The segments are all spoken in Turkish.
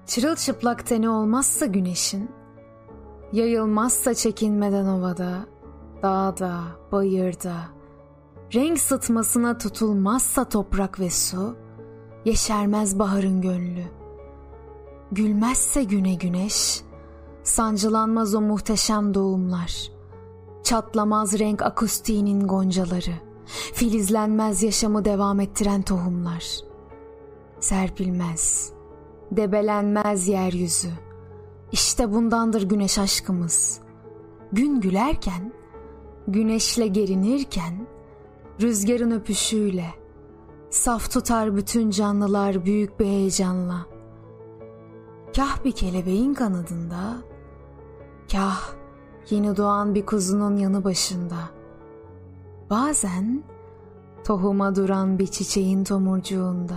Çırılçıplak teni olmazsa güneşin, yayılmazsa çekinmeden ovada, dağda, bayırda, renk sıtmasına tutulmazsa toprak ve su, yeşermez baharın gönlü. Gülmezse güne güneş, sancılanmaz o muhteşem doğumlar, çatlamaz renk akustiğinin goncaları, filizlenmez yaşamı devam ettiren tohumlar. Serpilmez, debelenmez yeryüzü. İşte bundandır güneş aşkımız. Gün gülerken, güneşle gerinirken, rüzgarın öpüşüyle, saf tutar bütün canlılar büyük bir heyecanla. Kah bir kelebeğin kanadında, kah yeni doğan bir kuzunun yanı başında. Bazen tohuma duran bir çiçeğin tomurcuğunda.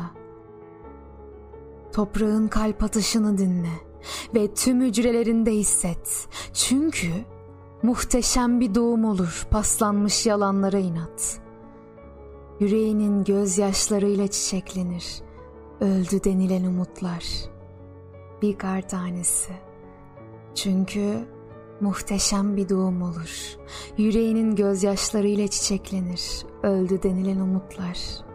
Toprağın kalp atışını dinle ve tüm hücrelerinde hisset. Çünkü muhteşem bir doğum olur paslanmış yalanlara inat. Yüreğinin gözyaşlarıyla çiçeklenir öldü denilen umutlar. Bir kar tanesi. Çünkü muhteşem bir doğum olur. Yüreğinin gözyaşlarıyla çiçeklenir öldü denilen umutlar.